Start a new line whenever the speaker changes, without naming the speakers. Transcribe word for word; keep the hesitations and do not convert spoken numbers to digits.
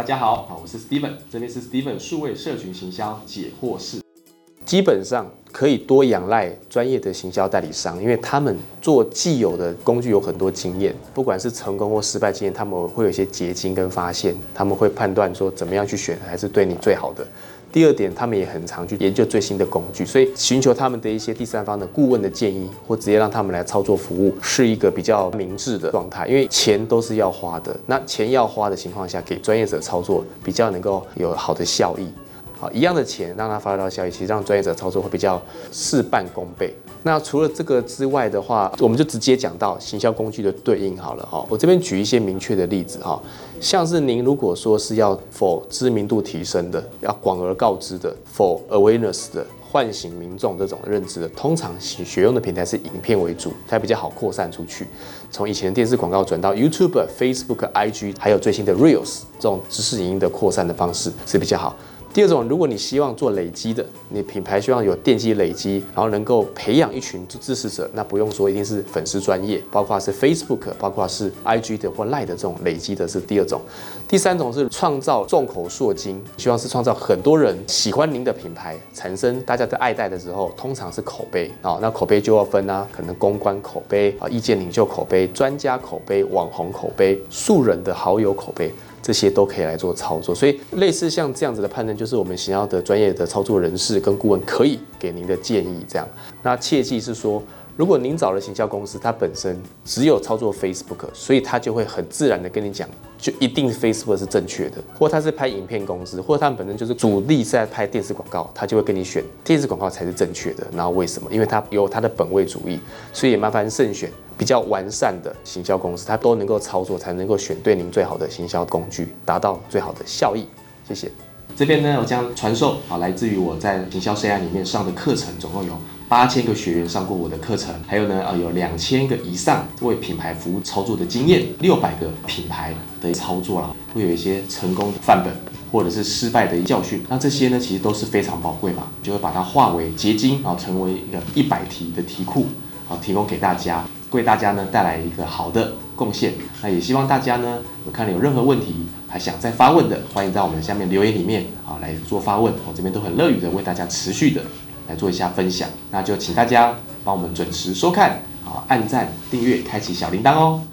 大家好，我是 Steven， 这边是 Steven 数位社群行销解惑室。基本上可以多仰赖专业的行销代理商，因为他们做既有的工具有很多经验，不管是成功或失败经验，他们会有一些结晶跟发现，他们会判断说怎么样去选才是对你最好的。第二点，他们也很常去研究最新的工具，所以寻求他们的一些第三方的顾问的建议，或直接让他们来操作服务，是一个比较明智的状态。因为钱都是要花的，那钱要花的情况下，给专业者操作比较能够有好的效益。好，一样的钱让它发挥到效益，其实让专业者操作会比较事半功倍。那除了这个之外的话，我们就直接讲到行销工具的对应好了哈。我这边举一些明确的例子哈，像是您如果说是要 for 知名度提升的，要广而告之的 ，for awareness 的，唤醒民众这种认知的，通常学用的平台是影片为主，它比较好扩散出去。从以前的电视广告转到 YouTube、Facebook、I G， 还有最新的 Reels 这种知识影音的扩散的方式是比较好。第二种，如果你希望做累积的，你品牌希望有奠基累积，然后能够培养一群支持者，那不用说一定是粉丝专业，包括是 Facebook， 包括是 I G 的或 Line 的这种累积的是第二种。第三种是创造众口铄金，希望是创造很多人喜欢您的品牌，产生大家的爱戴的时候，通常是口碑啊、哦，那口碑就要分啊，可能公关口碑啊、意见领袖口碑、专家口碑、网红口碑、素人的好友口碑。这些都可以来做操作，所以类似像这样子的判断，就是我们想要的专业的操作人士跟顾问可以给您的建议。这样，那切记是说，如果您找了行销公司，它本身只有操作 Facebook， 所以它就会很自然的跟你讲，就一定 Facebook 是正确的，或它是拍影片公司，或他们本身就是主力在拍电视广告，他就会跟你选电视广告才是正确的。然后为什么？因为它有它的本位主义，所以也麻烦慎选比较完善的行销公司，它都能够操作，才能够选对您最好的行销工具，达到最好的效益。谢谢。这边呢，我将传授啊，来自于我在行销生涯里面上的课程，总共有八千个学员上过我的课程，还有呢，呃，有两千个以上为品牌服务操作的经验，六百个品牌的操作啦，会有一些成功的范本，或者是失败的教训。那这些呢，其实都是非常宝贵嘛，就会把它化为结晶啊，成为一个一百题的题库啊，提供给大家，为大家呢带来一个好的贡献。那也希望大家呢，有看了有任何问题还想再发问的，欢迎在我们下面留言里面啊来做发问，我这边都很乐于的为大家持续的来做一下分享。那就请大家帮我们准时收看啊，按赞、订阅、开启小铃铛哦。